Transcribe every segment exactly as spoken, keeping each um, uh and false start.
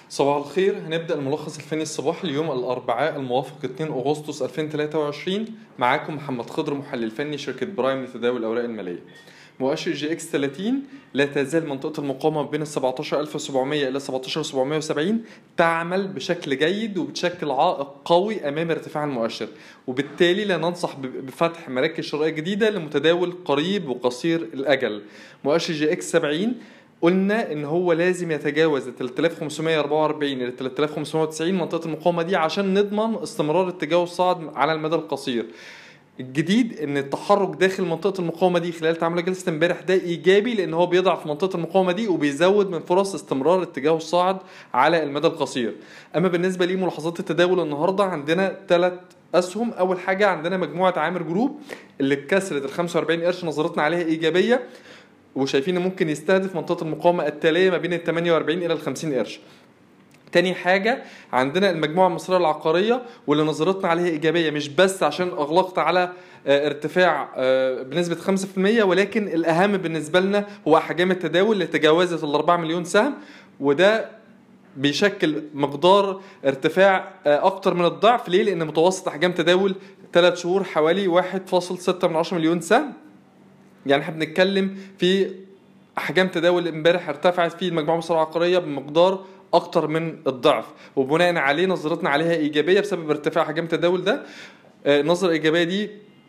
صباح الخير. هنبدأ الملخص الفني الصباحي اليوم الأربعاء الموافق اثنين أغسطس ألفين وثلاثة وعشرين. معاكم محمد خضر، محلل فني شركة برايم لتداول الأوراق المالية. مؤشر جي اكس ثلاثين لا تزال منطقة المقاومة بين ال سبعتاشر ألف وسبعمية إلى سبعتاشر ألف وسبعمية وسبعين تعمل بشكل جيد وبتشكل عائق قوي أمام ارتفاع المؤشر، وبالتالي لا ننصح بفتح مراكز شرائية جديدة لمتداول قريب وقصير الأجل. مؤشر جي اكس سبعين قلنا ان هو لازم يتجاوز ثلاثة آلاف وخمسمية وأربعة وأربعين الى ثلاثة آلاف وخمسمية وتسعين منطقة المقاومة دي عشان نضمن استمرار اتجاه الصاعد على المدى القصير. الجديد ان التحرك داخل منطقة المقاومة دي خلال تعامل جلسة امبارح ده ايجابي، لان هو بيضعف منطقة المقاومة دي وبيزود من فرص استمرار اتجاه الصاعد على المدى القصير. اما بالنسبة لملاحظات التداول النهاردة، عندنا ثلاث اسهم. اول حاجة عندنا مجموعة عامر جروب اللي اتكسرت ال خمسة وأربعين قرش، نظرتنا عليها ايجابية وشايفين ممكن يستهدف منطقة المقاومة التالية ما بين ال ثمانية وأربعين إلى ال خمسين قرش. تاني حاجة عندنا المجموعة المصرية العقارية واللي نظرتنا عليها إيجابية، مش بس عشان أغلقت على ارتفاع بنسبة خمسة في المية، ولكن الأهم بالنسبة لنا هو أحجام التداول اللي تجاوزت ال أربعة مليون سهم، وده بيشكل مقدار ارتفاع أكتر من الضعف. ليه؟ لأن متوسط أحجام تداول ثلاث شهور حوالي واحد فاصل ستة مليون سهم. يعني احنا بنتكلم في احجام تداول امبارح ارتفعت في المجموعه المصريه العقاريه بمقدار اكتر من الضعف، وبناء عليه نظرتنا عليها ايجابيه بسبب ارتفاع احجام التداول ده. النظره الايجابيه دي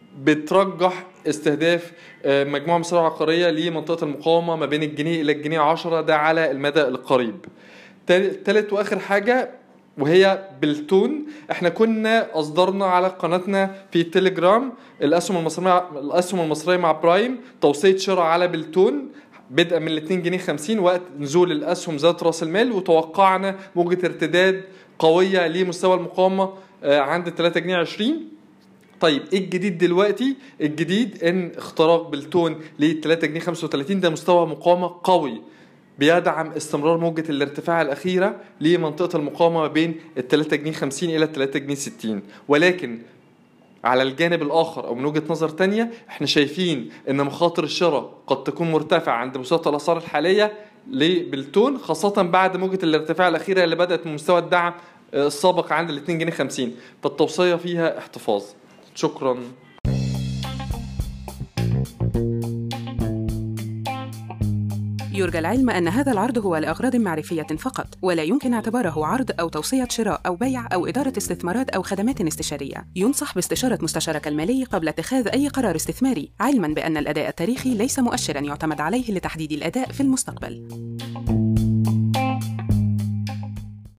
بترجح استهداف مجموعه مصريه عقاريه لمنطقه المقاومه ما بين الجنيه الى الجنيه عشرة، ده على المدى القريب. ثالث واخر حاجه وهي بالتون، احنا كنا اصدرنا على قناتنا في تيليجرام الاسهم المصريه الاسهم المصريه مع برايم توصيه شراء على بالتون بدءا من اتنين جنيه خمسين وقت نزول الاسهم ذات راس المال، وتوقعنا موجه ارتداد قويه لمستوى المقاومه عند ثلاثة جنيه عشرين. طيب ايه الجديد دلوقتي؟ الجديد ان اختراق بالتون ل ثلاثة جنيه خمسة وثلاثين، ده مستوى مقاومه قوي بيدعم استمرار موجة الارتفاع الأخيرة لمنطقة المقاومة ما بين ال ثلاثة جنيه خمسين إلى ثلاثة جنيه ستين. ولكن على الجانب الآخر أو من وجهة نظر تانية، احنا شايفين إن مخاطر الشراء قد تكون مرتفعة عند مستويات الأسعار الحالية لبالتون، خاصة بعد موجة الارتفاع الأخيرة اللي بدأت من مستوى الدعم السابق عند ال اتنين جنيه خمسين، فالتوصية فيها احتفاظ. شكرا. يرجى العلم أن هذا العرض هو لأغراض معرفية فقط، ولا يمكن اعتباره عرض أو توصية شراء أو بيع أو إدارة استثمارات أو خدمات استشارية. ينصح باستشارة مستشارك المالي قبل اتخاذ أي قرار استثماري، علماً بأن الأداء التاريخي ليس مؤشراً يعتمد عليه لتحديد الأداء في المستقبل.